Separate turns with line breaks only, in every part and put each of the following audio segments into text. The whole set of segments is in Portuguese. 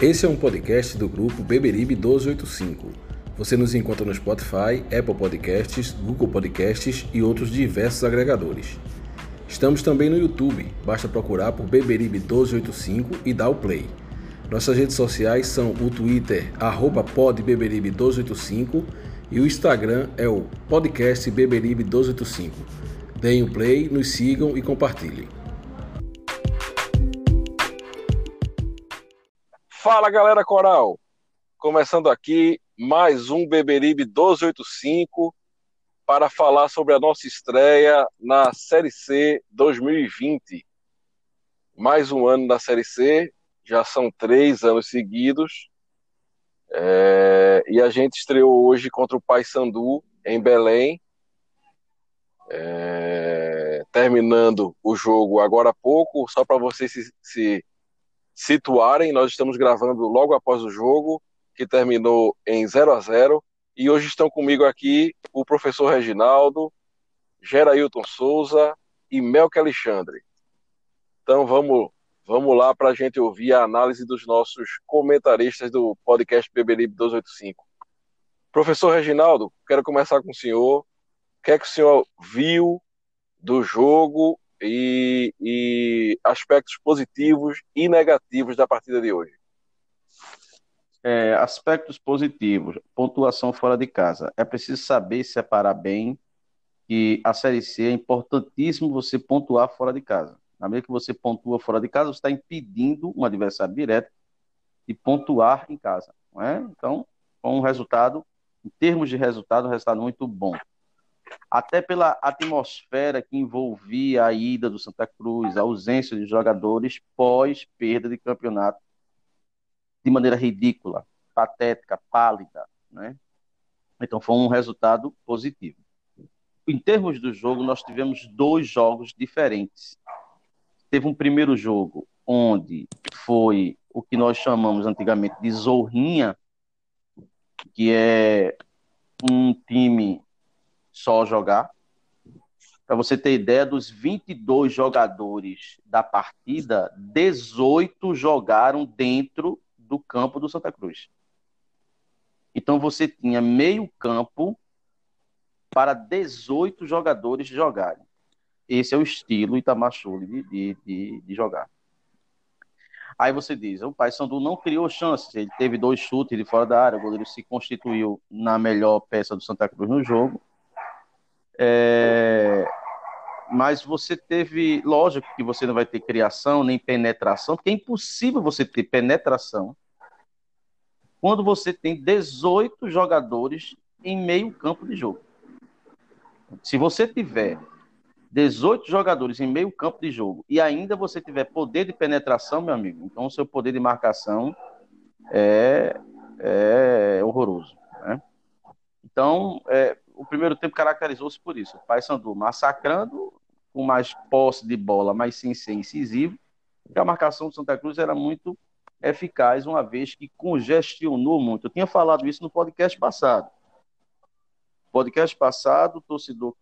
Esse é um podcast do grupo Beberibe 1285. Você nos encontra no Spotify, Apple Podcasts, Google Podcasts e outros diversos agregadores. Estamos também no YouTube, basta procurar por Beberibe 1285 e dar o play. Nossas redes sociais são o Twitter, @podbeberibe1285 e o Instagram é o podcast Beberibe 1285. Deem o play, nos sigam e compartilhem.
Fala galera coral, começando aqui mais um Beberibe 1285 para falar sobre a nossa estreia na Série C 2020. Mais um ano na Série C, já são 3 anos seguidos, e a gente estreou hoje contra o Paysandu em Belém, terminando o jogo agora há pouco, só para vocês se situarem, nós estamos gravando logo após o jogo, que terminou em 0-0, e hoje estão comigo aqui o professor Reginaldo, Gerailton Souza e Melque Alexandre. Então vamos lá para a gente ouvir a análise dos nossos comentaristas do podcast Beberibe 285. Professor Reginaldo, quero começar com o senhor. O que é que o senhor viu do jogo e aspectos positivos e negativos da partida de hoje?
Aspectos positivos, pontuação fora de casa. É preciso saber separar bem que a Série C é importantíssimo você pontuar fora de casa. Na medida que você pontua fora de casa, você está impedindo um adversário direto de pontuar em casa, não é? Então, com um resultado, em termos de resultado, um resultado muito bom. Até pela atmosfera que envolvia a ida do Santa Cruz, a ausência de jogadores pós perda de campeonato de maneira ridícula, patética, pálida, né? Então foi um resultado positivo. Em termos do jogo, nós tivemos 2 jogos diferentes. Teve um primeiro jogo onde foi o que nós chamamos antigamente de zorrinha, que é um time só jogar. Para você ter ideia, dos 22 jogadores da partida, 18 jogaram dentro do campo do Santa Cruz. Então você tinha meio campo para 18 jogadores jogarem. Esse é o estilo Itamachule de jogar. Aí você diz, o Paysandu não criou chances, ele teve 2 chutes de fora da área, o goleiro se constituiu na melhor peça do Santa Cruz no jogo. Mas você teve, lógico que você não vai ter criação nem penetração, porque é impossível você ter penetração quando você tem 18 jogadores em meio campo de jogo. Se você tiver 18 jogadores em meio campo de jogo e ainda você tiver poder de penetração, meu amigo, então o seu poder de marcação é horroroso, né? Então, o primeiro tempo caracterizou-se por isso. O Paysandu massacrando, com mais posse de bola, mas sem ser incisivo, porque a marcação do Santa Cruz era muito eficaz, uma vez que congestionou muito. Eu tinha falado isso no podcast passado. Podcast passado, o torcedor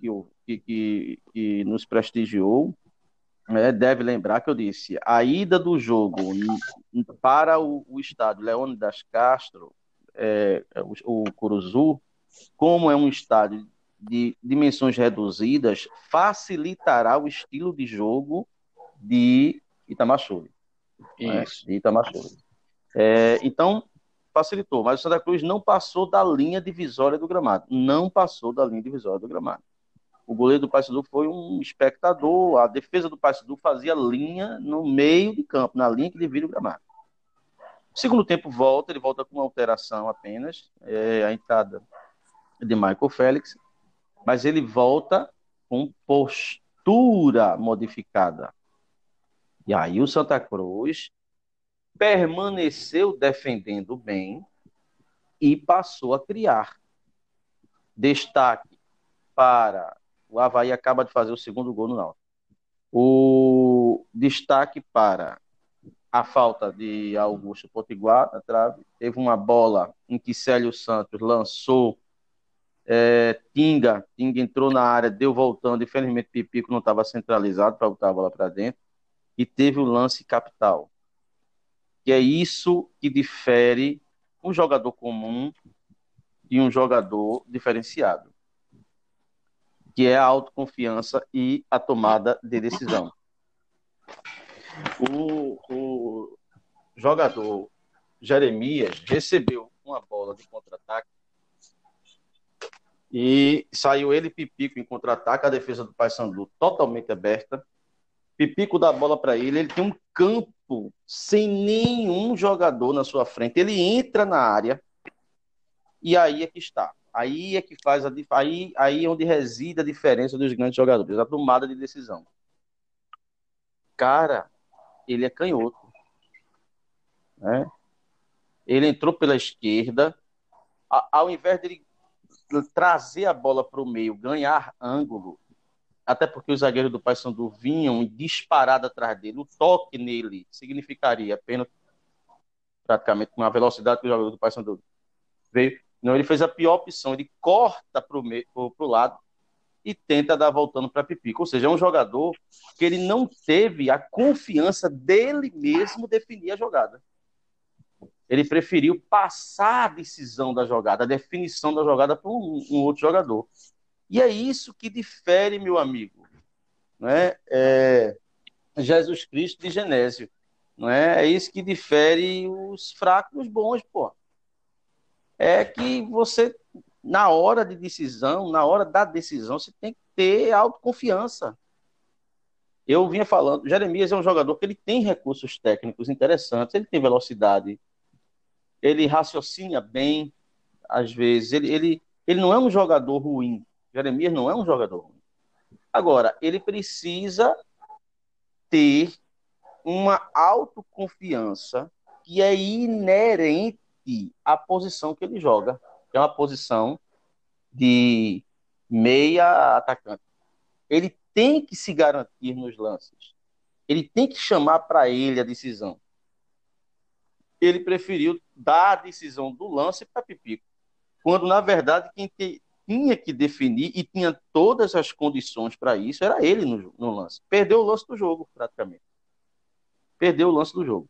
que nos prestigiou deve lembrar que eu disse, a ida do jogo para o estádio Leônidas Castro, o Curuzu, como é um estádio de dimensões reduzidas, facilitará o estilo de jogo de Itamachule.
Isso.
De Itamachule. Então, facilitou, mas o Santa Cruz não passou da linha divisória do gramado. Não passou da linha divisória do gramado. O goleiro do Paysandu foi um espectador, a defesa do Paysandu fazia linha no meio de campo, na linha que divide o gramado. O segundo tempo ele volta com uma alteração apenas, a entrada de Michael Félix, mas ele volta com postura modificada. E aí o Santa Cruz permaneceu defendendo bem e passou a criar. Destaque para o Avaí, acaba de fazer o segundo gol no Náutico. O destaque para a falta de Augusto Potiguar na trave. Teve uma bola em que Célio Santos lançou, Tinga entrou na área, deu voltando, infelizmente Pipico não estava centralizado para botar a bola para dentro, e teve o lance capital. que é isso que difere um jogador comum de um jogador diferenciado, que é a autoconfiança e a tomada de decisão. O jogador Jeremias recebeu uma bola de contra-ataque e saiu ele Pipico em contra-ataque, a defesa do Paysandu totalmente aberta. Pipico dá a bola para ele tem um campo sem nenhum jogador na sua frente. Ele entra na área e aí é que está. Aí é que faz aí é onde reside a diferença dos grandes jogadores, a tomada de decisão. Cara, ele é canhoto, né? Ele entrou pela esquerda, ao invés dele trazer a bola para o meio, ganhar ângulo, até porque os zagueiros do Paysandu vinham disparado atrás dele, o toque nele significaria apenas praticamente com a velocidade que o jogador do Paysandu veio. Não, ele fez a pior opção, ele corta para o lado e tenta dar voltando para Pipico. Ou seja, é um jogador que ele não teve a confiança dele mesmo definir a jogada. Ele preferiu passar a decisão da jogada, a definição da jogada para um outro jogador. E é isso que difere, meu amigo, né? Jesus Cristo de Genésio. Não é? É isso que difere os fracos dos bons, pô. É que você, na hora de decisão, na hora da decisão, você tem que ter autoconfiança. Eu vinha falando, Jeremias é um jogador que ele tem recursos técnicos interessantes, ele tem velocidade, ele raciocina bem, às vezes, ele não é um jogador ruim. Jeremias não é um jogador ruim. Agora, ele precisa ter uma autoconfiança que é inerente à posição que ele joga. É uma posição de meia atacante. Ele tem que se garantir nos lances. Ele tem que chamar para ele a decisão. Ele preferiu dar a decisão do lance para Pipico, quando, na verdade, quem tinha que definir e tinha todas as condições para isso era ele no lance. Perdeu o lance do jogo, praticamente. Perdeu o lance do jogo.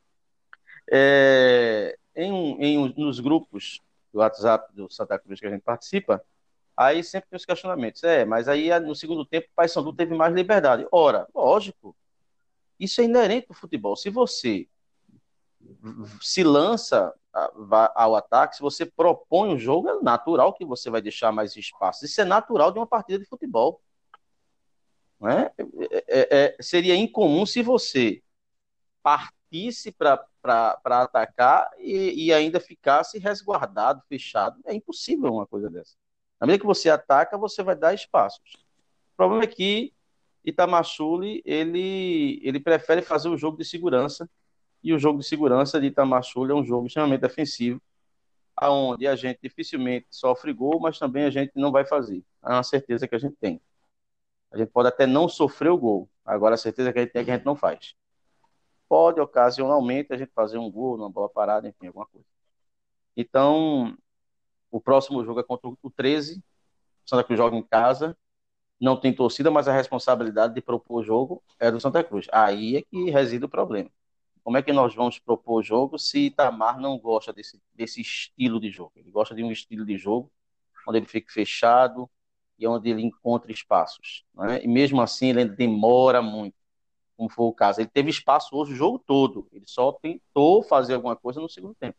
Nos grupos do WhatsApp do Santa Cruz que a gente participa, aí sempre tem os questionamentos. Mas aí no segundo tempo o Paysandu teve mais liberdade. Ora, lógico, isso é inerente ao futebol. Se você se lança ao ataque, se você propõe um jogo, é natural que você vai deixar mais espaço. Isso é natural de uma partida de futebol. Não é? Seria incomum se você partisse para atacar e ainda ficasse resguardado, fechado. É impossível uma coisa dessa. Na medida que você ataca, você vai dar espaços. O problema é que Itamachule, ele prefere fazer o jogo de segurança, e o jogo de segurança de Itamachule é um jogo extremamente defensivo, onde a gente dificilmente sofre gol, mas também a gente não vai fazer. É uma certeza que a gente tem. A gente pode até não sofrer o gol, agora a certeza que a gente tem é que a gente não faz. Pode, ocasionalmente, a gente fazer um gol, uma bola parada, enfim, alguma coisa. Então, o próximo jogo é contra o 13, o Santa Cruz joga em casa, não tem torcida, mas a responsabilidade de propor o jogo é do Santa Cruz. Aí é que reside o problema. Como é que nós vamos propor o jogo se Itamar não gosta desse estilo de jogo? Ele gosta de um estilo de jogo onde ele fica fechado e onde ele encontra espaços. Né? E mesmo assim ele ainda demora muito, como foi o caso. Ele teve espaço hoje o jogo todo. Ele só tentou fazer alguma coisa no segundo tempo.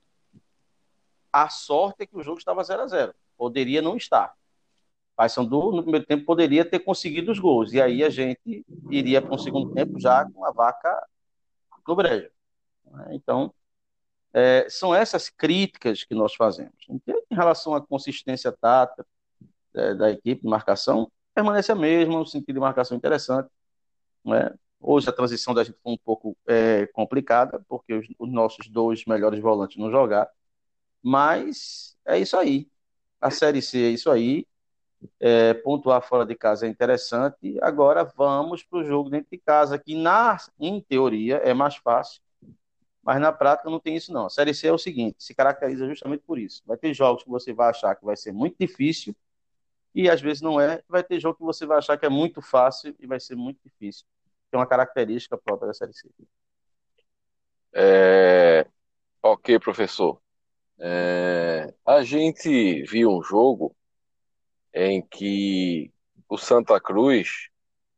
A sorte é que o jogo estava 0-0. Poderia não estar. Paysandu, no primeiro tempo, poderia ter conseguido os gols. E aí a gente iria para um segundo tempo já com a vaca no brejo. Então, são essas críticas que nós fazemos. Então, em relação à consistência tática da equipe de marcação, permanece a mesma, no sentido de marcação interessante. Né? Hoje a transição da gente foi um pouco complicada, porque os nossos dois melhores volantes não jogaram, mas é isso aí. A Série C é isso aí. Pontuar fora de casa é interessante. Agora vamos para o jogo dentro de casa, que em teoria é mais fácil, mas na prática não tem isso não. A Série C é o seguinte, se caracteriza justamente por isso. Vai ter jogos que você vai achar que vai ser muito difícil e às vezes não é. Vai ter jogo que você vai achar que é muito fácil e vai ser muito difícil. É uma característica própria da Série C.
Ok, professor. A gente viu um jogo em que o Santa Cruz,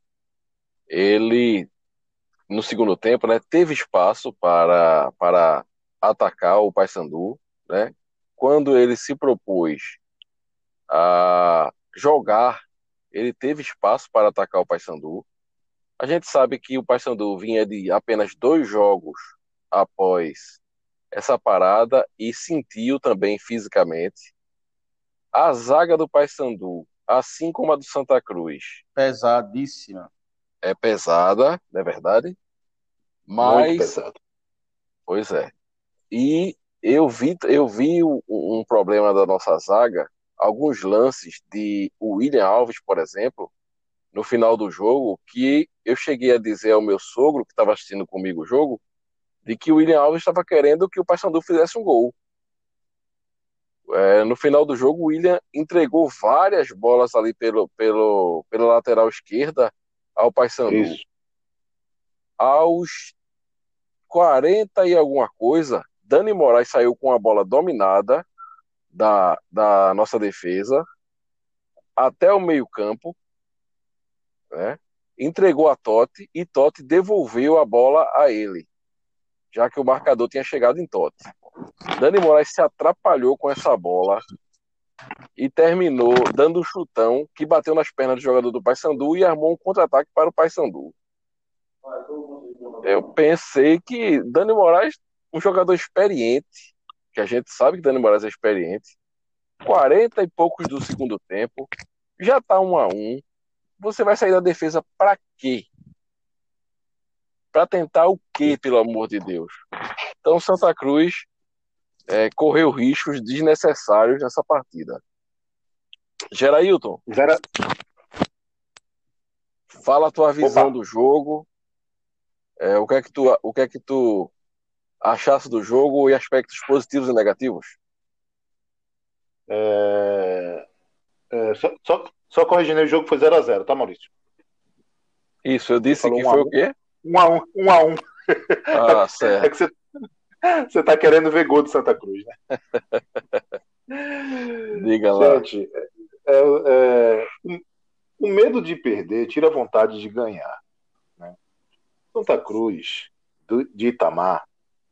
ele, no segundo tempo, né, teve espaço para atacar o Paysandu, né? Quando ele se propôs a jogar, ele teve espaço para atacar o Paysandu. A gente sabe que o Paysandu vinha de apenas 2 jogos após essa parada e sentiu também fisicamente. A zaga do Paysandu, assim como a do Santa Cruz,
Pesadíssima.
é pesada, não é verdade?
Muito
Mas,
pesado.
pois é. E eu vi um problema da nossa zaga, alguns lances de William Alves, por exemplo, no final do jogo, que eu cheguei a dizer ao meu sogro, que estava assistindo comigo o jogo, de que o William Alves estava querendo que o Paysandu fizesse um gol. No final do jogo, o William entregou várias bolas ali pela lateral esquerda ao Paysandu.
Isso.
Aos 40 e alguma coisa, Dani Moraes saiu com a bola dominada da nossa defesa até o meio-campo, né? Entregou a Totti e Totti devolveu a bola a ele, já que o marcador tinha chegado em Totti. Dani Moraes se atrapalhou com essa bola e terminou dando um chutão que bateu nas pernas do jogador do Paysandu e armou um contra-ataque para o Paysandu. Eu pensei que Dani Moraes, um jogador experiente, que a gente sabe que Dani Moraes é experiente, 40 e poucos do segundo tempo, já tá 1-1. Você vai sair da defesa para quê? Para tentar o quê, pelo amor de Deus? Então Santa Cruz correu riscos desnecessários nessa partida. Gerailton,
Zero...
fala a tua visão
Opa.
do jogo. O que é que tu achasse do jogo e aspectos positivos e negativos?
Só corrigindo, o jogo foi 0-0, tá, Maurício?
Isso, eu
Você
disse
falou
que foi o
1-1.
quê?
1-1. 1-1.
Ah,
É
certo.
que você tá querendo ver gol do Santa Cruz, né?
Diga lá.
Gente, o medo de perder tira a vontade de ganhar, né? Santa Cruz, de Itamar,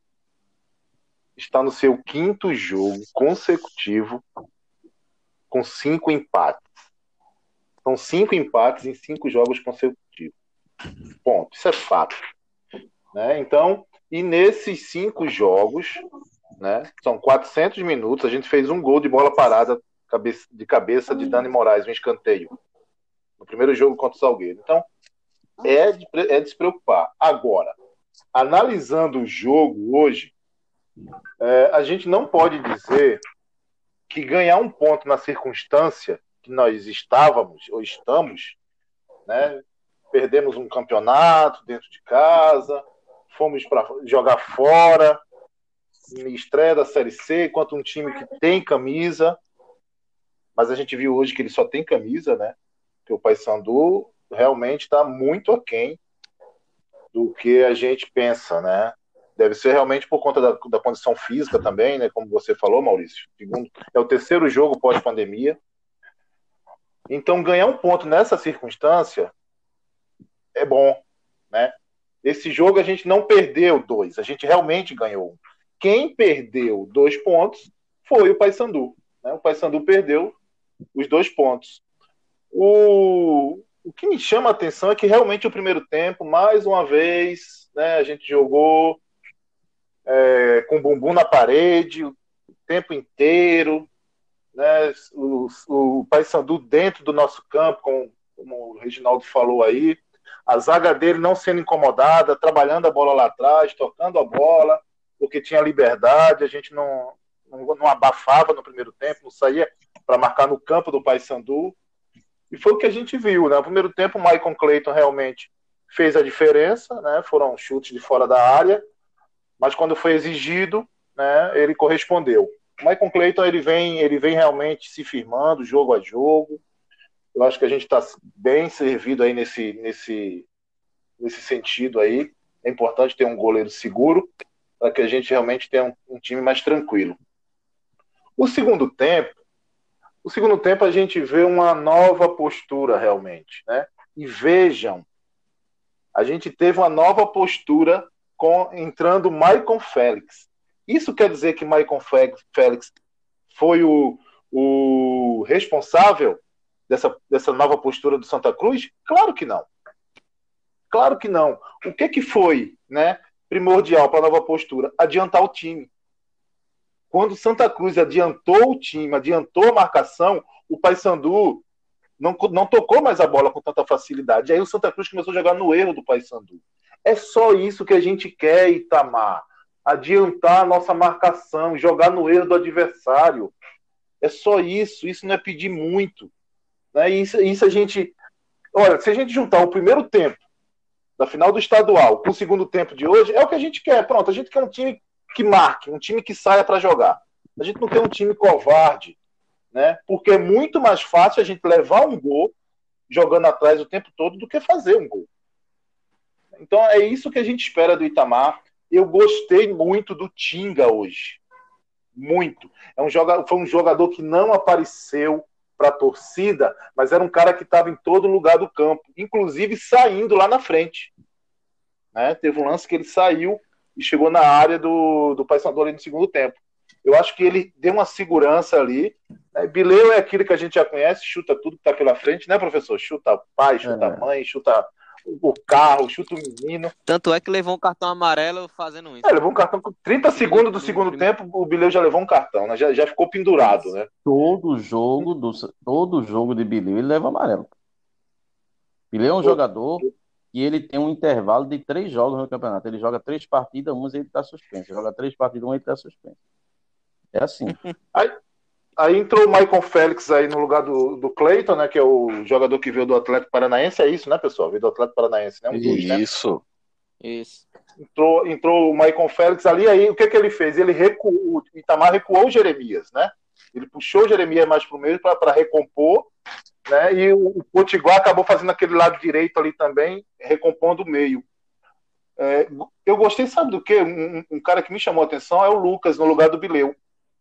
está no seu 5º jogo consecutivo com 5 empates. São 5 empates em 5 jogos consecutivos. Ponto. Isso é fato. Né? Então, e nesses 5 jogos, né, são 400 minutos, a gente fez um gol de bola parada de cabeça de Dani Moraes, um escanteio, no primeiro jogo contra o Salgueiro. Então, é de se preocupar. Agora, analisando o jogo hoje, a gente não pode dizer que ganhar um ponto na circunstância que nós estávamos ou estamos, né, perdemos um campeonato dentro de casa, fomos para jogar fora, estreia da Série C contra um time que tem camisa, mas a gente viu hoje que ele só tem camisa, né? Que o Paysandu realmente está muito aquém do que a gente pensa, né? Deve ser realmente por conta da condição física também, né? Como você falou, Maurício. Segundo, é o 3º jogo pós-pandemia. Então, ganhar um ponto nessa circunstância é bom, né? Esse jogo a gente não perdeu 2, a gente realmente ganhou 1. Quem perdeu 2 pontos foi o Paysandu, né? O Paysandu perdeu os 2 pontos. O que me chama a atenção é que realmente o primeiro tempo, mais uma vez, né, a gente jogou com o bumbum na parede o tempo inteiro, né, o Paysandu dentro do nosso campo, como o Reginaldo falou aí, a zaga dele não sendo incomodada, trabalhando a bola lá atrás, tocando a bola, porque tinha liberdade, a gente não abafava no primeiro tempo, não saía para marcar no campo do Paysandu. E foi o que a gente viu, né? No primeiro tempo, o Maicon Clayton realmente fez a diferença, né? Foram chutes de fora da área, mas quando foi exigido, né, ele correspondeu. O Maicon Clayton ele vem realmente se firmando jogo a jogo. Eu acho que a gente está bem servido aí nesse sentido aí. É importante ter um goleiro seguro. para que a gente realmente tenha um time mais tranquilo. O segundo tempo a gente vê uma nova postura realmente, né? E vejam, a gente teve uma nova postura entrando o Maicon Félix. Isso quer dizer que Maicon Félix foi o responsável dessa nova postura do Santa Cruz? Claro que não. Claro que não. O que foi, né, primordial para a nova postura? Adiantar o time. Quando o Santa Cruz adiantou o time, adiantou a marcação, o Paysandu não tocou mais a bola com tanta facilidade. Aí o Santa Cruz começou a jogar no erro do Paysandu. É só isso que a gente quer, Itamar. Adiantar a nossa marcação, jogar no erro do adversário. É só isso. Isso não é pedir muito. Né? Isso a gente... Olha, se a gente juntar o primeiro tempo da final do estadual com o segundo tempo de hoje, é o que a gente quer. Pronto, a gente quer um time que marque, um time que saia para jogar. A gente não quer um time covarde, né? Porque é muito mais fácil a gente levar um gol jogando atrás o tempo todo do que fazer um gol. Então é isso que a gente espera do Itamar. Eu gostei muito do Tinga hoje. Muito. Foi um jogador que não apareceu para a torcida, mas era um cara que estava em todo lugar do campo, inclusive saindo lá na frente. Né? Teve um lance que ele saiu e chegou na área do Paysandu ali no segundo tempo. Eu acho que ele deu uma segurança ali. Né? Bileu é aquilo que a gente já conhece, chuta tudo que está pela frente, né, professor? Chuta pai, chuta mãe, chuta o carro, chuta o menino.
Tanto é que levou um cartão amarelo fazendo isso.
Levou um cartão com 30 segundos do segundo tempo, o Bileu já levou um cartão, né? Já ficou pendurado, né?
Todo jogo de Bileu ele leva amarelo. Bileu é um jogador e ele tem um intervalo de 3 jogos no campeonato. Ele joga 3 partidas, umas ele está suspenso. Joga 3 partidas, ele está suspenso. É assim.
Aí entrou o Maicon Félix aí no lugar do Cleiton, né? Que é o jogador que veio do Atlético Paranaense. É isso, né, pessoal? Veio do Atlético Paranaense, né?
Isso.
Isso.
Entrou o Maicon Félix ali, aí o que ele fez? Ele recuou, o Itamar recuou o Jeremias, né? Ele puxou o Jeremias mais para o meio para recompor, né? E o Potiguar acabou fazendo aquele lado direito ali também, recompondo o meio. Eu gostei, sabe do quê? Um cara que me chamou a atenção é o Lucas, no lugar do Bileu.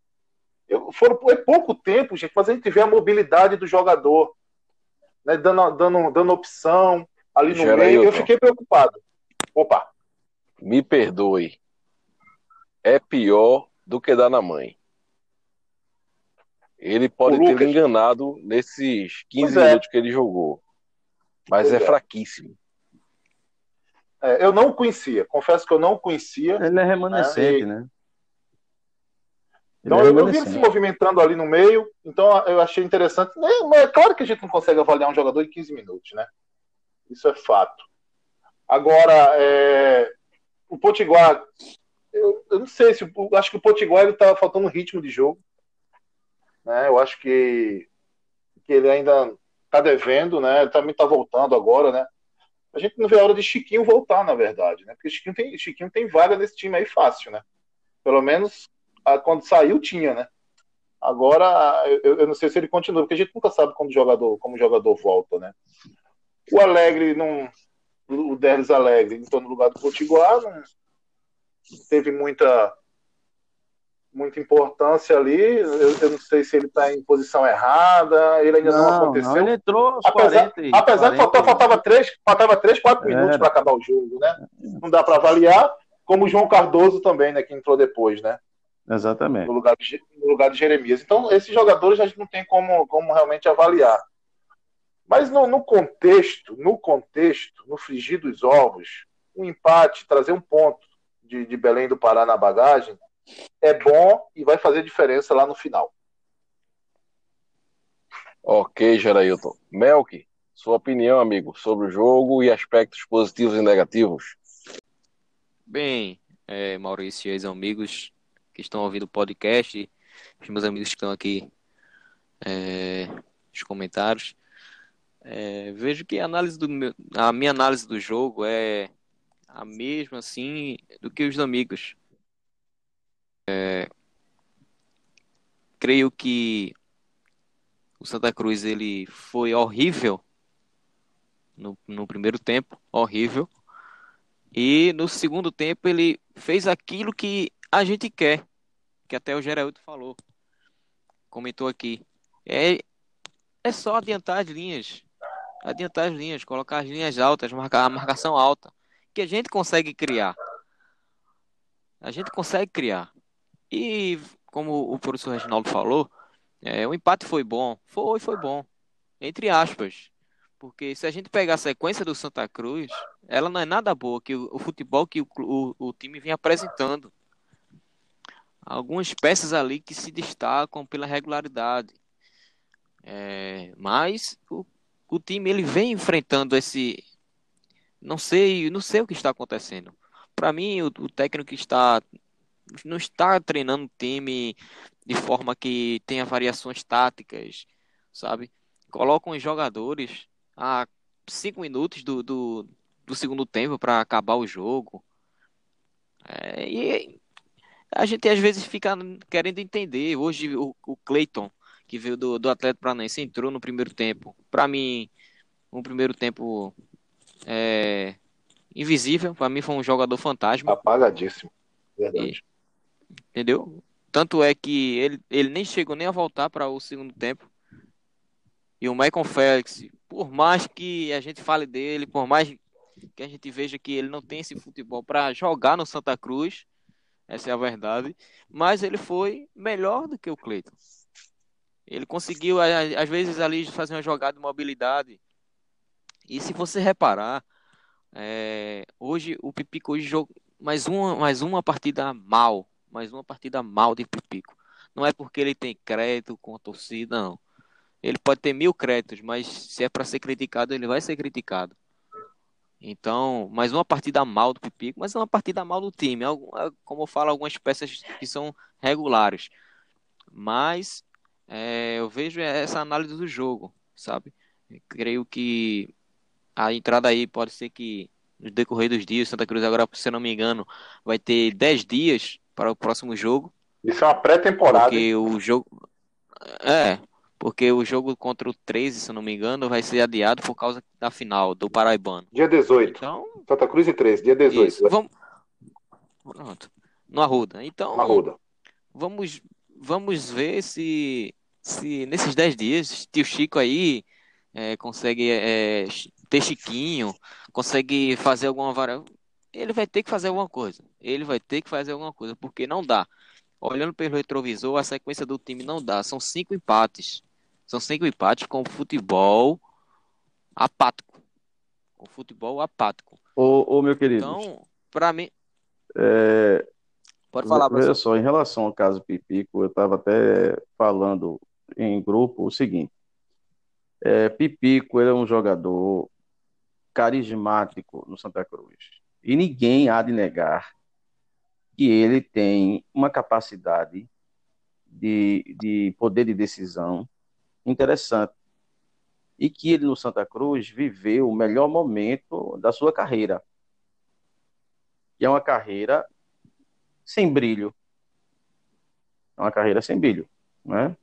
É pouco tempo, gente, mas a gente vê a mobilidade do jogador, né? Dando opção ali no meio. Eu fiquei preocupado. Opa!
Me perdoe. É pior do que dar na mãe. Ele pode ter enganado nesses 15 minutos que ele jogou. Mas é fraquíssimo.
Eu não conhecia. Confesso que eu não conhecia.
Ele é remanescente, né?
Então eu vi ele se movimentando ali no meio. Então eu achei interessante. Mas é claro que a gente não consegue avaliar um jogador em 15 minutos, né? Isso é fato. Agora, o Potiguar, eu não sei se. Acho que o Potiguar ele tá faltando um ritmo de jogo. Né? Eu acho que ele ainda tá devendo, né? Ele também tá voltando agora, né? A gente não vê a hora de Chiquinho voltar, na verdade, né? Porque Chiquinho tem vaga nesse time aí fácil, né? Pelo menos quando saiu tinha, né? Agora, eu não sei se ele continua, porque a gente nunca sabe como o jogador volta, né? O Alegre não. O Derlis Alegre entrou no lugar do Potiguar, não teve muita importância ali. Eu não sei se ele está em posição errada, ele ainda não aconteceu.
Não, ele entrou
apesar que faltava 3, 4 minutos para acabar o jogo, né? Não dá para avaliar, como o João Cardoso também, né, que entrou depois, né?
Exatamente.
No lugar de Jeremias. Então, esses jogadores a gente não tem como realmente avaliar. Mas no contexto, no frigir dos ovos, um empate, trazer um ponto de Belém do Pará na bagagem, é bom e vai fazer diferença lá no final.
Ok, Gerailton. Melk, sua opinião, amigo, sobre o jogo e aspectos positivos e negativos?
Bem, Maurício e os amigos que estão ouvindo o podcast, os meus amigos que estão aqui nos comentários, vejo que a minha análise do jogo é a mesma, assim, do que os amigos. Creio que o Santa Cruz ele foi horrível no primeiro tempo, horrível. E no segundo tempo ele fez aquilo que a gente quer, que até o Geraldo falou, comentou aqui. É, é só adiantar as linhas, colocar as linhas altas, marcar a marcação alta, que a gente consegue criar. A gente consegue criar. E como o professor Reginaldo falou, o empate foi bom. Foi bom. Entre aspas. Porque se a gente pegar a sequência do Santa Cruz, ela não é nada boa, que o futebol que o time vem apresentando. Algumas peças ali que se destacam pela regularidade. Mas o time ele vem enfrentando esse. Não sei o que está acontecendo. Para mim, o técnico não está treinando o time de forma que tenha variações táticas, sabe? Colocam os jogadores a 5 minutos do segundo tempo para acabar o jogo. E a gente às vezes fica querendo entender. Hoje o Cleiton, que veio do Atlético Paranaense, entrou no primeiro tempo. Para mim, um primeiro tempo invisível. Para mim foi um jogador fantasma.
Apagadíssimo. Verdade.
Entendeu? Tanto é que ele nem chegou nem a voltar para o segundo tempo. E o Michael Félix, por mais que a gente fale dele, por mais que a gente veja que ele não tem esse futebol para jogar no Santa Cruz, essa é a verdade, mas ele foi melhor do que o Cleiton. Ele conseguiu, às vezes, ali fazer uma jogada de mobilidade. E se você reparar, hoje o Pipico hoje jogou mais uma partida mal. Mais uma partida mal de Pipico. Não é porque ele tem crédito com a torcida, não. Ele pode ter 1000 créditos, mas se é para ser criticado, ele vai ser criticado. Então, mais uma partida mal do Pipico, mas é uma partida mal do time. Como eu falo, algumas peças que são regulares. Mas eu vejo essa análise do jogo, sabe? Eu creio que a entrada aí pode ser que no decorrer dos dias, Santa Cruz agora, se eu não me engano, vai ter 10 dias para o próximo jogo.
Isso é uma pré-temporada.
Porque o jogo... Porque o jogo contra o 13, se eu não me engano, vai ser adiado por causa da final do Paraibano.
Dia 18.
Então,
Santa Cruz e 13, dia 18.
isso. Pronto. No Arruda. Então,
Arruda.
vamos ver se nesses 10 dias, tio Chico aí consegue ter Chiquinho, consegue fazer alguma variação. Ele vai ter que fazer alguma coisa. Porque não dá. Olhando pelo retrovisor, a sequência do time não dá. São 5 empates. São 5 empates com futebol apático.
Ô, meu querido.
Então, para mim... Pode
Veja
falar, professor.
só, em relação ao caso Pipico, eu estava até falando em grupo o seguinte. Pipico, ele é um jogador carismático no Santa Cruz. E ninguém há de negar que ele tem uma capacidade de poder de decisão interessante. E que ele no Santa Cruz viveu o melhor momento da sua carreira. Que é uma carreira sem brilho. É uma carreira sem brilho, né?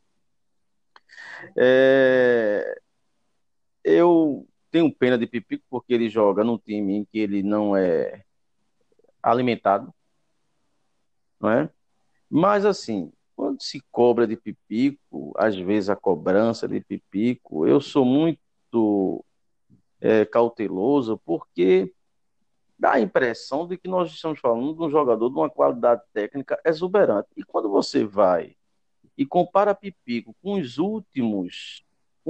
Eu tenho pena de Pipico porque ele joga num time em que ele não é alimentado, não é? Mas assim, quando se cobra de Pipico, às vezes a cobrança de Pipico, eu sou muito cauteloso porque dá a impressão de que nós estamos falando de um jogador de uma qualidade técnica exuberante. E quando você vai e compara Pipico com os últimos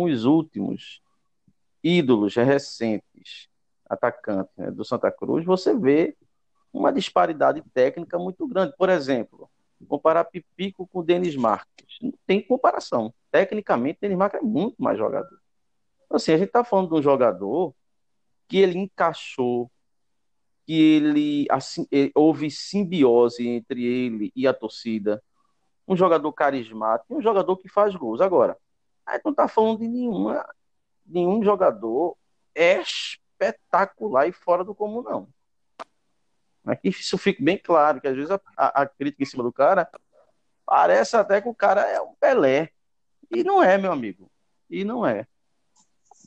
ídolos recentes, atacantes, né, do Santa Cruz, você vê uma disparidade técnica muito grande. Por exemplo, comparar Pipico com o Denis Marques. Não tem comparação. Tecnicamente, Denis Marques é muito mais jogador. Assim, a gente está falando de um jogador que ele encaixou, que ele, assim, houve simbiose entre ele e a torcida. Um jogador carismático, um jogador que faz gols. Agora, a gente não está falando de nenhum jogador espetacular e fora do comum, não. Mas que isso fique bem claro, que às vezes a crítica em cima do cara parece até que o cara é um Pelé. E não é, meu amigo. E não é.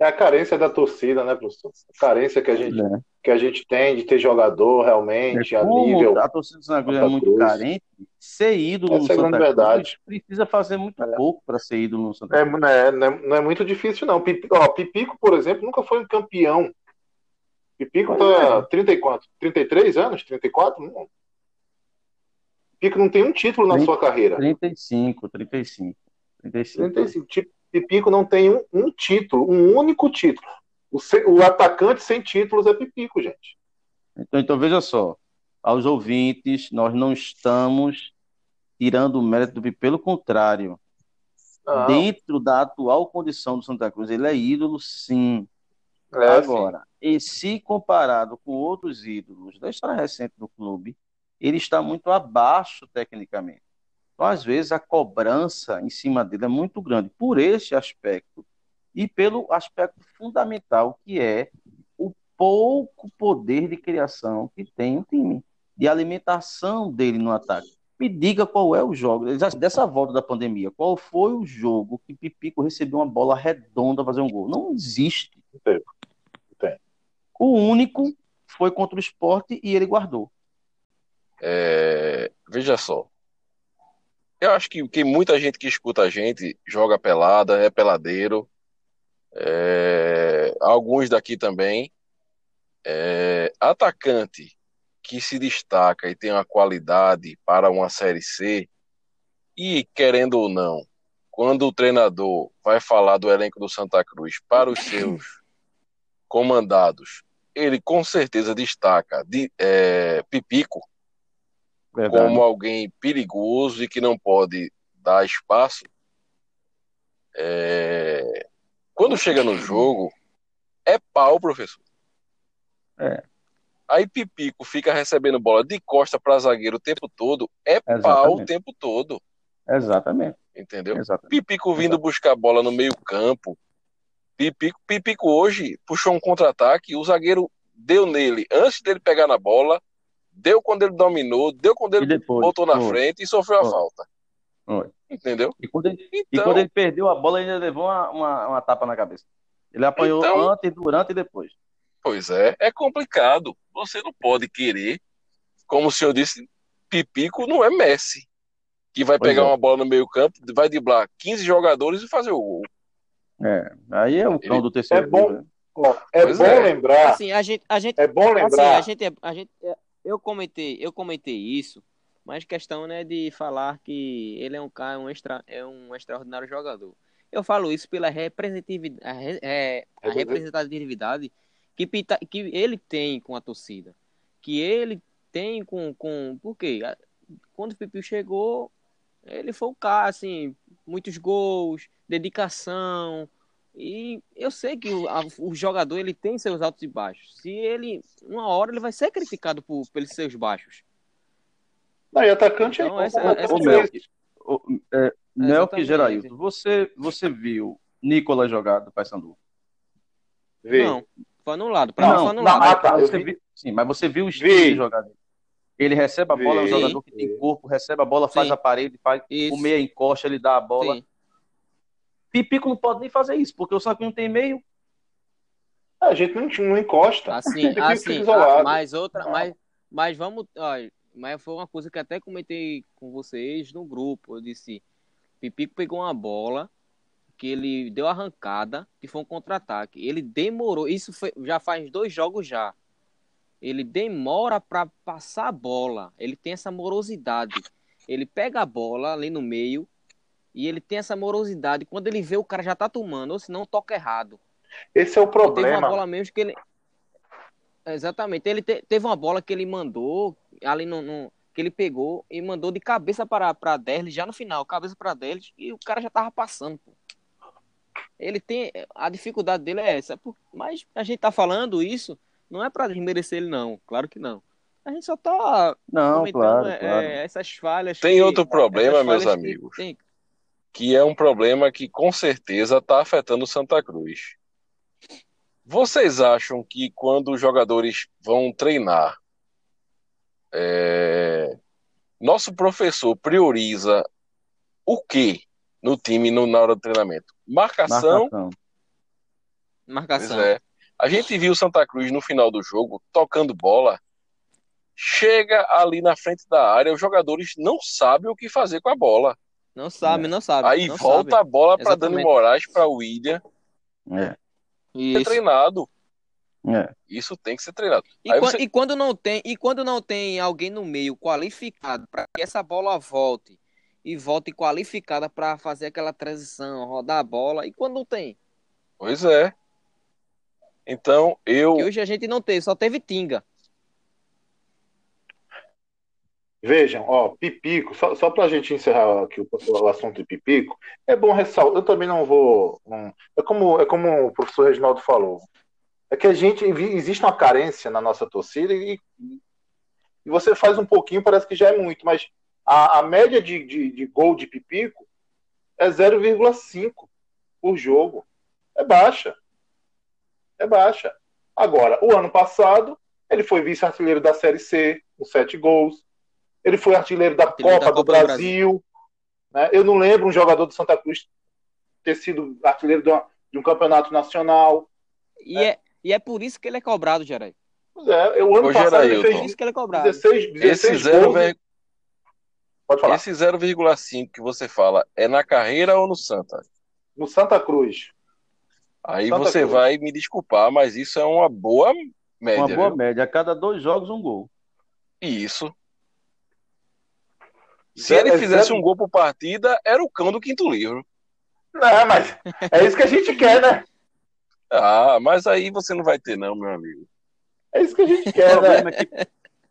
É a carência da torcida, né, professor? A carência que a gente tem de ter jogador realmente a
Como
nível
a torcida do Santa Cruz é
Santa
muito
Cruz.
carente, ser ídolo no
Essa é a grande
Santa Cruz
verdade.
precisa fazer muito pouco para ser ídolo no Santa
É,
Cruz.
não é muito difícil, não. Pipico, por exemplo, nunca foi um campeão. Pipico
Pois
tá
é,
30 e quanto? 33 anos? 34? Não. Pipico não tem um título na
30,
sua carreira.
35, 35, 35.
35. Pipico não tem um título, um único título. O atacante sem títulos é Pipico, gente.
Então veja só, aos ouvintes, nós não estamos tirando o mérito do Pipico, pelo contrário,
Não,
dentro da atual condição do Santa Cruz, ele é ídolo, sim.
sim.
Agora, e se comparado com outros ídolos da história recente do clube, ele está muito abaixo tecnicamente. Então, às vezes, a cobrança em cima dele é muito grande por este aspecto e pelo aspecto fundamental que é o pouco poder de criação que tem o time, de alimentação dele no ataque. Me diga qual é o jogo, dessa volta da pandemia, qual foi o jogo que Pipico recebeu uma bola redonda para fazer um gol? Não existe.
Tem.
O único foi contra o Sport e ele guardou.
Veja só. Eu acho que muita gente que escuta a gente joga pelada, é peladeiro. Alguns daqui também. Atacante que se destaca e tem uma qualidade para uma Série C, e querendo ou não, quando o treinador vai falar do elenco do Santa Cruz para os seus comandados, ele com certeza destaca Pipico
Verdade.
como alguém perigoso e que não pode dar espaço. Quando chega no jogo, é pau, professor. Aí Pipico fica recebendo bola de costa para zagueiro o tempo todo, é pau o tempo todo.
Exatamente.
Entendeu?
Exatamente.
Pipico vindo buscar bola no meio campo. Pipico hoje puxou um contra-ataque, o zagueiro deu nele antes dele pegar na bola, deu quando ele dominou, deu quando ele botou na frente e sofreu a falta. Entendeu?
E quando ele perdeu a bola, ele ainda levou uma tapa na cabeça. Ele apanhou antes, durante e depois.
Pois é complicado. Você não pode querer, como o senhor disse, Pipico não é Messi, que vai pegar uma bola no meio campo, vai driblar 15 jogadores e fazer o gol.
Aí é o cão do terceiro.
É bom, lembrar.
Assim,
é bom lembrar.
Assim, eu comentei isso, mas questão, né, de falar que ele é um cara, um extraordinário jogador. Eu falo isso pela representatividade, a representatividade que ele tem com a torcida, que ele tem com porque quando o Pipiu chegou, ele foi o cara, assim, muitos gols, dedicação. E eu sei que o jogador ele tem seus altos e baixos. Se ele, uma hora, ele vai ser criticado pelos seus baixos.
Não, e atacante
então,
Melk Gerailton, você viu Nicolas jogar do Paysandu?
Não, foi anulado.
Sim, mas você viu o estilo de jogador. Ele recebe a bola, é um jogador que tem corpo, recebe a bola, faz a parede, faz o meia encosta, ele dá a bola. Sim. Pipico não pode nem fazer isso, porque o Santa Cruz não tem meio.
A gente não encosta.
Assim, mas vamos... Ó, mas foi uma coisa que até comentei com vocês no grupo. Eu disse, Pipico pegou uma bola, que ele deu arrancada, que foi um contra-ataque. Ele demorou, já faz 2 jogos já. Ele demora para passar a bola. Ele tem essa morosidade. Ele pega a bola ali no meio e ele tem essa morosidade. Quando ele vê o cara já tá tomando, ou senão toca errado.
Esse é o problema.
Teve uma bola mesmo que ele... Exatamente. Ele teve uma bola que ele mandou ali que ele pegou e mandou de cabeça para Derlis já no final. Cabeça para Derlis e o cara já tava passando, pô. Ele tem... A dificuldade dele é essa. Mas a gente tá falando isso... Não é para desmerecer ele, não. Claro que não. A gente só tá comentando essas falhas.
Tem outro problema, meus amigos, que é um problema que com certeza está afetando o Santa Cruz. Vocês acham que quando os jogadores vão treinar, nosso professor prioriza o quê no time na hora do treinamento? Marcação. Pois
Marcação.
é. A gente viu o Santa Cruz no final do jogo tocando bola. Chega ali na frente da área, os jogadores não sabem o que fazer com a bola.
Não sabe,
É,
não sabe,
Aí
não
volta
sabe.
a bola para Dani
Exatamente.
Moraes, para William,
é,
ser
Isso.
treinado.
é.
Isso tem que ser treinado.
E,
Aí
quan-
você.
e quando não tem alguém no meio qualificado para que essa bola volte e volte qualificada para fazer aquela transição, rodar a bola, e quando não tem?
Pois é. Então,
Que
eu.
hoje a gente não teve, só teve Tinga.
Vejam, ó, Pipico, só para a gente encerrar aqui o assunto de Pipico, é bom ressaltar, eu também não vou. É como o professor Reginaldo falou. É que existe uma carência na nossa torcida e você faz um pouquinho, parece que já é muito, mas a média de gol de Pipico é 0,5 por jogo. É baixa. É baixa. Agora, o ano passado, ele foi vice-artilheiro da Série C, com 7 gols. Ele foi artilheiro da
Artilheiro da
Copa do
Copa do Brasil.
Brasil. Né? Eu não lembro um jogador do Santa Cruz ter sido artilheiro de um campeonato nacional.
E é por isso que ele é cobrado, Gerai.
Pois é, o ano
Ô,
passado ele
É por
Gerailton,
fez
isso que ele é cobrado.
16
esse
16 gols. Pode falar.
esse 0,5 que você fala é na carreira ou no Santa?
No Santa Cruz.
Aí
Santa
você
Cruz.
vai me desculpar, mas isso é uma boa
Uma
média,
boa
viu?
média. A cada 2 jogos, um gol.
Isso. Se ele fizesse um gol por partida, era o cão do quinto livro.
Não, mas é isso que a gente quer, né?
Ah, mas aí você não vai ter, não, meu amigo.
É isso que a gente
O
quer,
problema
né?
é que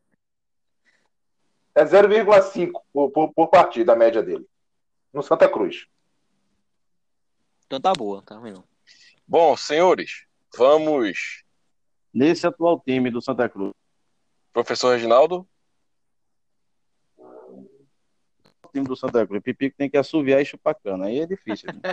É 0,5 por partida a média dele. No Santa Cruz.
Então tá boa, tá ruim não.
Bom, senhores, vamos.
nesse atual time do Santa Cruz,
Professor Reginaldo?
o time do Santa Cruz, Pipico tem que assoviar e chupar cana. Aí é difícil. Né?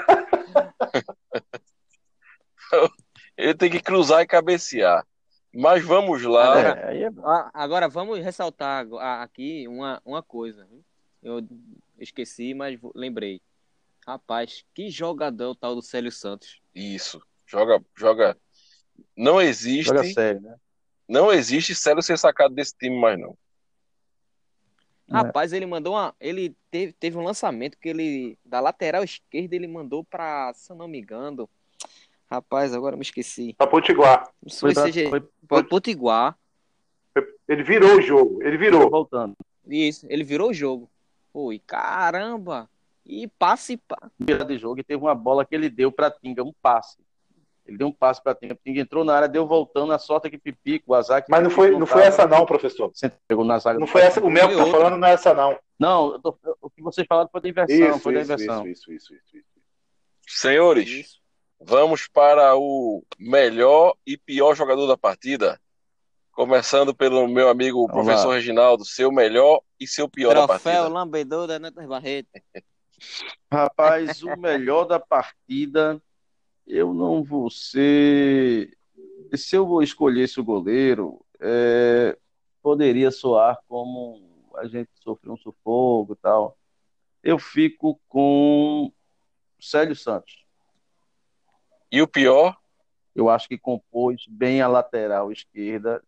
Ele tem que cruzar e cabecear. Mas vamos lá.
Agora,
Aí é bom.
agora vamos ressaltar aqui uma coisa. Viu? Eu esqueci, mas lembrei. Rapaz, que jogador é o tal do Célio Santos.
Isso. Joga. Não existe.
Joga sério, né?
Não existe Célio ser sacado desse time mais, não.
Rapaz, ele mandou ele teve um lançamento que ele, da lateral esquerda, ele mandou pra, se eu não me engano. Rapaz, agora eu me esqueci.
Pra Potiguar.
Não sei
Foi pra-
se
foi-
foi Potiguar.
Ele virou o jogo. Ele
Foi
virou.
voltando.
Isso, ele virou o jogo. Oi, caramba! E passe.
Virada de jogo e teve uma bola que ele deu pra Tinga, um passe. Ele deu um passe pra Tinga. Tinga entrou na área, deu voltando, a sorte é que Pipico, o azar que
Mas não
Pipico
foi
tava,
essa não, professor.
sempre pegou na zaga
Não
do
foi essa. O
Paysandu.
Mel que tá
outra.
falando não é essa não.
Não, o que vocês falaram foi da inversão, foi da inversão.
Isso.
Senhores,
Isso.
vamos para o melhor e pior jogador da partida. Começando pelo meu amigo
Vamos
professor
lá.
Reginaldo, seu melhor e seu pior da
Troféu
partida.
lambedor da Neto Barreto.
Rapaz, o melhor da partida, eu não vou ser. Se eu vou escolher esse goleiro, poderia soar como a gente sofreu um sufoco e tal. Eu fico com Célio Santos.
E o pior?
Eu acho que compôs bem a lateral esquerda.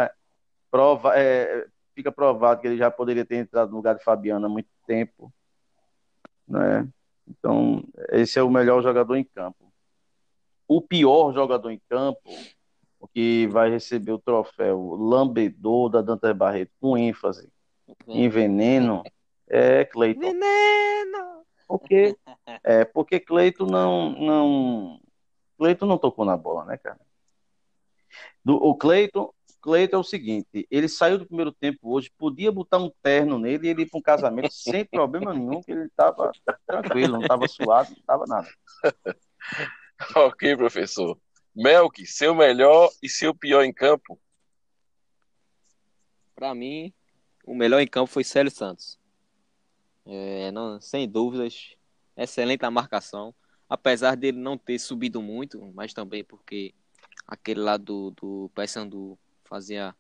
Fica provado que ele já poderia ter entrado no lugar de Fabiano há muito tempo, né? Então, esse é o melhor jogador em campo. O pior jogador em campo, o que vai receber o troféu lambedor da Dantas Barreto com ênfase em veneno, é Cleiton.
Veneno!
Porque Cleiton Cleiton não tocou na bola, né, cara? O Cleiton é o seguinte, ele saiu do primeiro tempo hoje, podia botar um terno nele e ele ir para um casamento sem problema nenhum, que ele estava tranquilo, não estava suado, não estava nada.
Ok, professor. Melk, seu melhor e seu pior em campo?
Pra mim, o melhor em campo foi Célio Santos. Sem dúvidas, excelente a marcação. Apesar dele não ter subido muito, mas também porque aquele lá do Paysandu fazia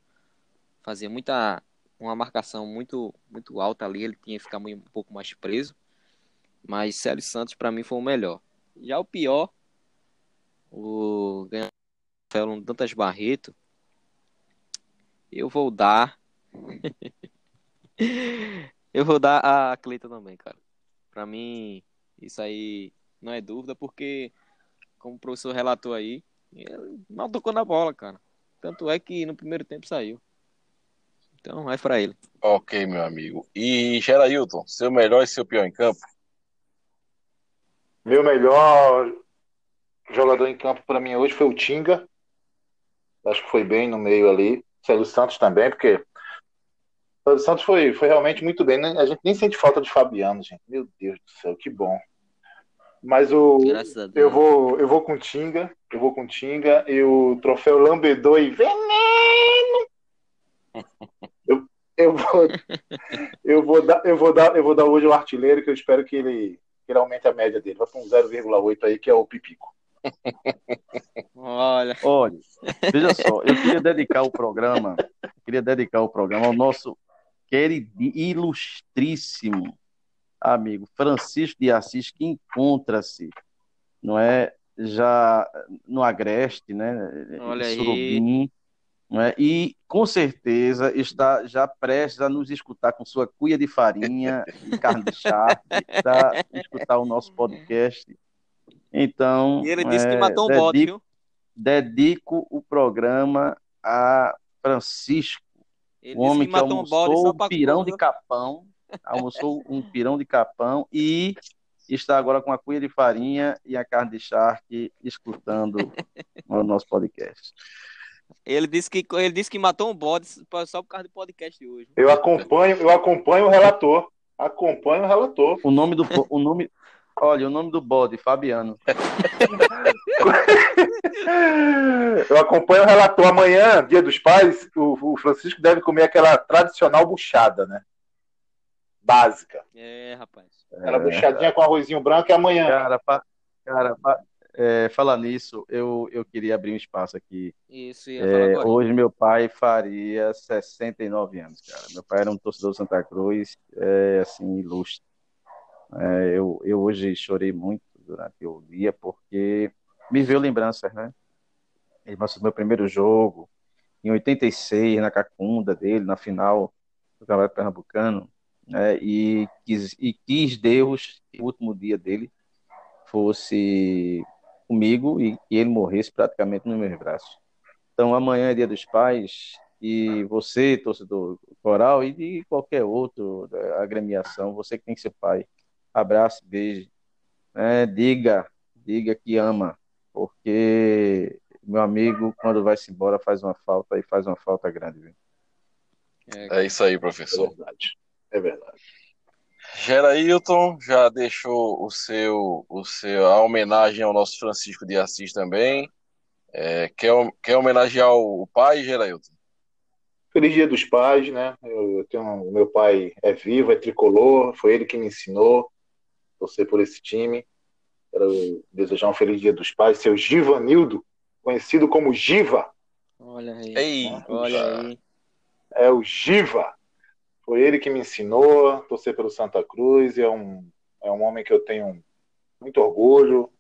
uma marcação muito, muito alta ali, ele tinha que ficar um pouco mais preso. Mas Célio Santos, pra mim, foi o melhor. Já o pior, o ganhador no Dantas Barreto, eu vou dar. Eu vou dar a Cleiton também, cara. Pra mim, isso aí não é dúvida, porque, como o professor relatou aí, ele não tocou na bola, cara. Tanto é que no primeiro tempo saiu. Então, vai pra ele.
Ok, meu amigo. E Gerailton, seu melhor e seu pior em campo?
Meu melhor jogador em campo para mim hoje foi o Tinga. Acho que foi bem no meio ali. Célio Santos também, porque o Célio Santos foi realmente muito bem, né? A gente nem sente falta de Fabiano, gente. Meu Deus do céu, que bom. Mas
Graças a
eu
Deus.
vou, eu vou com o Tinga, e o troféu Lambedou e Veneno. Eu vou, eu vou dar hoje o artilheiro, que eu espero que ele aumente a média dele. Vai para um 0,8 aí, que é o Pipico.
Olha.
Olha, veja só, eu queria dedicar o programa ao nosso querido, ilustríssimo amigo Francisco de Assis, que encontra-se, não é, já no Agreste, né, em
Olha aí.
Surubim, não é, e com certeza está já prestes a nos escutar com sua cuia de farinha e carne de charque para escutar o nosso podcast.
E
Então,
ele disse que matou um bode, viu?
dedico o programa a Francisco,
Ele
o
disse que
homem que
matou um bode só
almoçou
pra
um pirão de capão e está agora com a cuia de farinha e a carne de charque escutando o nosso podcast.
Ele disse que matou um bode só por causa do podcast de hoje.
Eu acompanho o relator. Acompanho o relator.
Olha, o nome do bode, Fabiano.
Eu acompanho o relator. Amanhã, Dia dos Pais, o Francisco deve comer aquela tradicional buchada, né? Básica.
É, rapaz.
Aquela buchadinha com arrozinho branco é amanhã.
Cara, falar nisso, eu queria abrir um espaço aqui.
Isso, ia falar agora.
Hoje meu pai faria 69 anos, cara. Meu pai era um torcedor do Santa Cruz, assim, ilustre. Eu hoje chorei muito durante o dia, porque me veio lembranças, né? Ele passou meu primeiro jogo, em 86, na Cacunda dele, na final do Campeonato Pernambucano, né? E quis Deus que o último dia dele fosse comigo e ele morresse praticamente nos meus braços. Então, amanhã é Dia dos Pais e você, torcedor coral, e de qualquer outro agremiação, você que tem que ser pai, abrace, beije, né? Diga que ama, porque meu amigo, quando vai-se embora, faz uma falta e faz uma falta grande, viu?
É isso aí,
É
professor.
verdade. É verdade.
Gerailton já deixou a homenagem ao nosso Francisco de Assis também. Quer homenagear o pai, Gerailton?
Feliz Dia dos Pais, né? O meu pai é vivo, é tricolor, foi ele que me ensinou a torcer por esse time. Quero desejar um feliz Dia dos Pais. Seu Givanildo, conhecido como Giva.
Olha aí.
Ei,
Olha aí.
É o Giva. Foi ele que me ensinou a torcer pelo Santa Cruz. É um homem que eu tenho muito orgulho,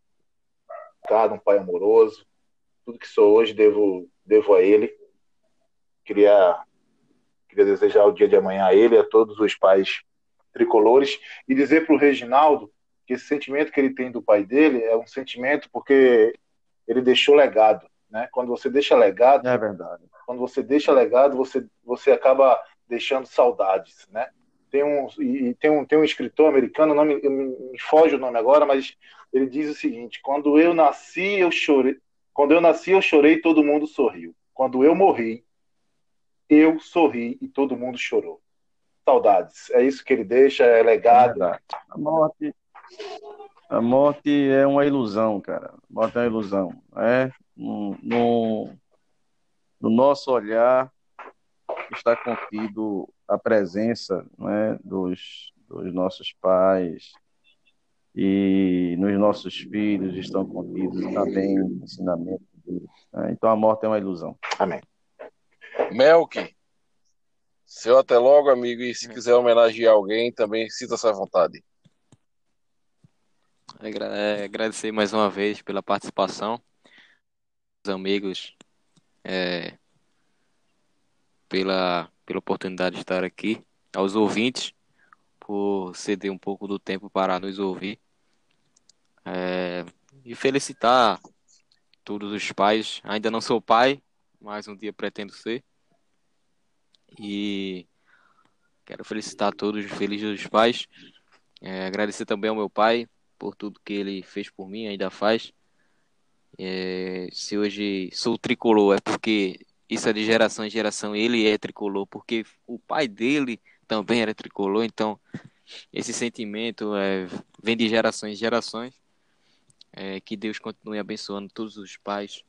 um pai amoroso. Tudo que sou hoje devo a ele. Queria desejar o dia de amanhã a ele e a todos os pais tricolores e dizer para o Reginaldo que esse sentimento que ele tem do pai dele é um sentimento porque ele deixou legado, né? Quando você deixa legado,
É verdade.
você acaba deixando saudades, né? Tem um escritor americano, me foge o nome agora, mas ele diz o seguinte: quando eu nasci, eu chorei, todo mundo sorriu. Quando eu morri, eu sorri e todo mundo chorou. Saudades. É isso que ele deixa, é
É
legado.
verdade. A morte é uma ilusão, cara. A morte é uma ilusão. No nosso olhar está contido a presença, né, dos nossos pais, e nos nossos filhos estão contidos também ensinamentos deles, né? Então a morte é uma ilusão.
Amém.
Melk, seu até logo, amigo. E se quiser homenagear alguém, também sinta-se à vontade.
Agradecer mais uma vez pela participação, os amigos, pela oportunidade de estar aqui, aos ouvintes, por ceder um pouco do tempo para nos ouvir, e felicitar todos os pais. Ainda não sou pai, mas um dia pretendo ser. E quero felicitar todos os felizes dos pais. Agradecer também ao meu pai por tudo que ele fez por mim, ainda faz. Se hoje sou tricolor, é porque isso é de geração em geração. Ele é tricolor porque o pai dele também era tricolor. Então, esse sentimento vem de gerações em gerações. Que Deus continue abençoando todos os pais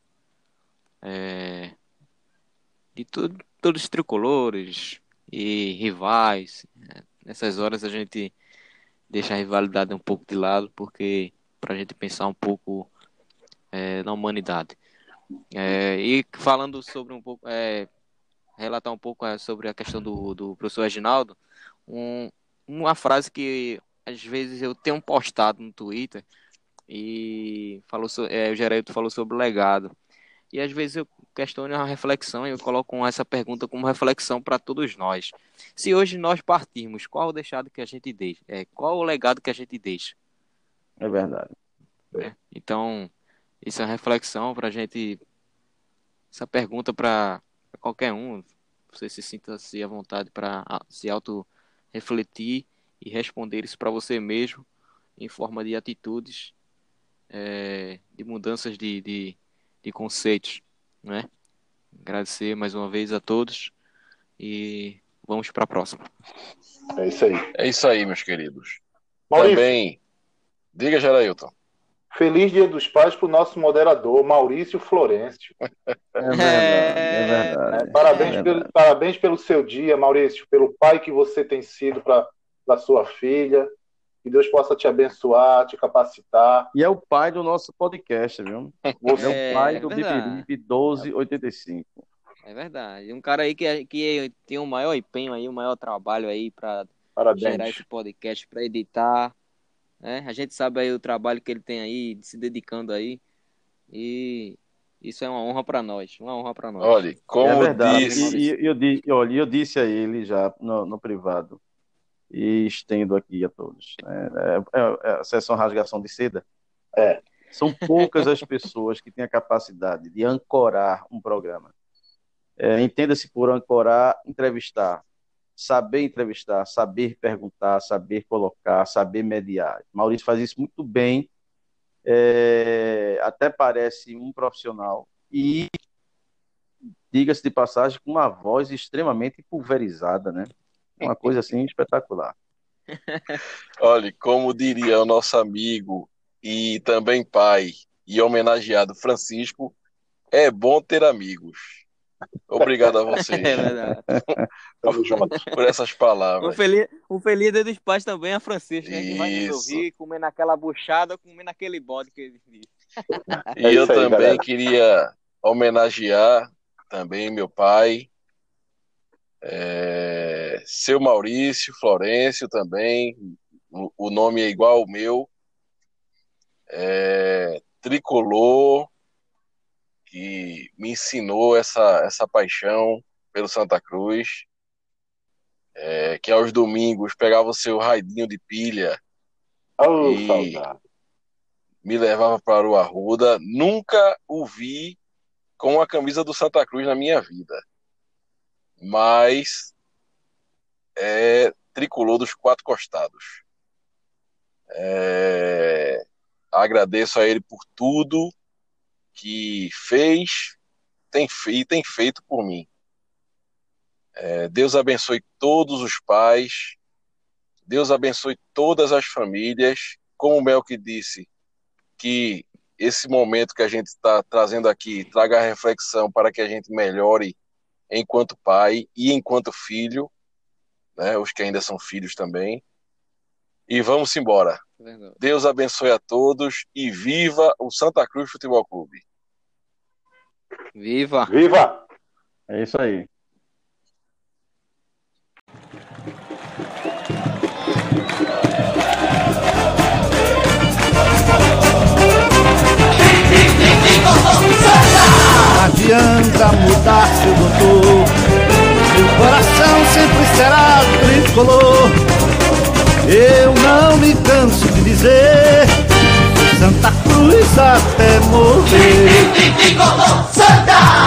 de todos os tricolores e rivais. Nessas horas a gente deixa a rivalidade um pouco de lado, porque para a gente pensar um pouco na humanidade. E falando sobre um pouco, relatar um pouco sobre a questão do professor Reginaldo, uma frase que às vezes eu tenho postado no Twitter, e o Geraldo falou sobre o legado. E às vezes eu questiono a reflexão e eu coloco essa pergunta como reflexão para todos nós. Se hoje nós partirmos, qual o deixado que a gente deixa? Qual o legado que a gente deixa?
É verdade.
Então, isso é uma reflexão para a gente. Essa pergunta para qualquer um. Você se sinta-se à vontade para se auto-refletir e responder isso para você mesmo em forma de atitudes, de mudanças de conceitos, né? Agradecer mais uma vez a todos e vamos para a próxima.
É isso aí.
É isso aí, meus queridos.
Maurício,
Também, diga, Gerailton.
feliz Dia dos Pais para o nosso moderador, Maurício Florencio.
É verdade.
Parabéns pelo seu dia, Maurício, pelo pai que você tem sido para sua filha. Que Deus possa te abençoar, te capacitar.
E é o pai do nosso podcast, viu?
Você
É o pai do Beberibe 1285.
É verdade. Um cara aí que tem o maior empenho aí, o maior trabalho aí para gerar esse podcast, para editar, né? A gente sabe aí o trabalho que ele tem aí, se dedicando aí. E isso é uma honra para nós. Uma honra para nós.
Olha, como
disse... eu disse a ele já no privado. E estendo aqui a todos. A sessão rasgação de seda. São poucas as pessoas que têm a capacidade de ancorar um programa. Entenda-se por ancorar, entrevistar, saber perguntar, saber colocar, saber mediar. Maurício faz isso muito bem, até parece um profissional e, diga-se de passagem, com uma voz extremamente pulverizada, né? Uma coisa assim espetacular.
Olha, como diria o nosso amigo e também pai e homenageado Francisco, é bom ter amigos. Obrigado a vocês por essas palavras.
Um feliz Dia dos Pais também a Francisco, né? Que vai nos ouvir, comendo aquela buchada, comendo aquele bode que ele disse.
E eu também, galera, queria homenagear também meu pai, seu Maurício Florencio também, o nome é igual ao meu, tricolor, que me ensinou essa paixão pelo Santa Cruz, que aos domingos pegava o seu raidinho de pilha e me levava para o Arruda. Nunca o vi com a camisa do Santa Cruz na minha vida, mas é tricolor dos quatro costados. Agradeço a ele por tudo que fez e tem feito por mim. Deus abençoe todos os pais, Deus abençoe todas as famílias. Como o Melk disse, que esse momento que a gente está trazendo aqui traga a reflexão para que a gente melhore enquanto pai e enquanto filho, né, os que ainda são filhos também. E vamos embora. Deus abençoe a todos e viva o Santa Cruz Futebol Clube.
Viva!
Viva!
É isso aí.
adianta mudar, seu doutor. Meu coração sempre será tricolor. Eu não me canso de dizer, Santa Cruz até morrer.
Tricolor Santa!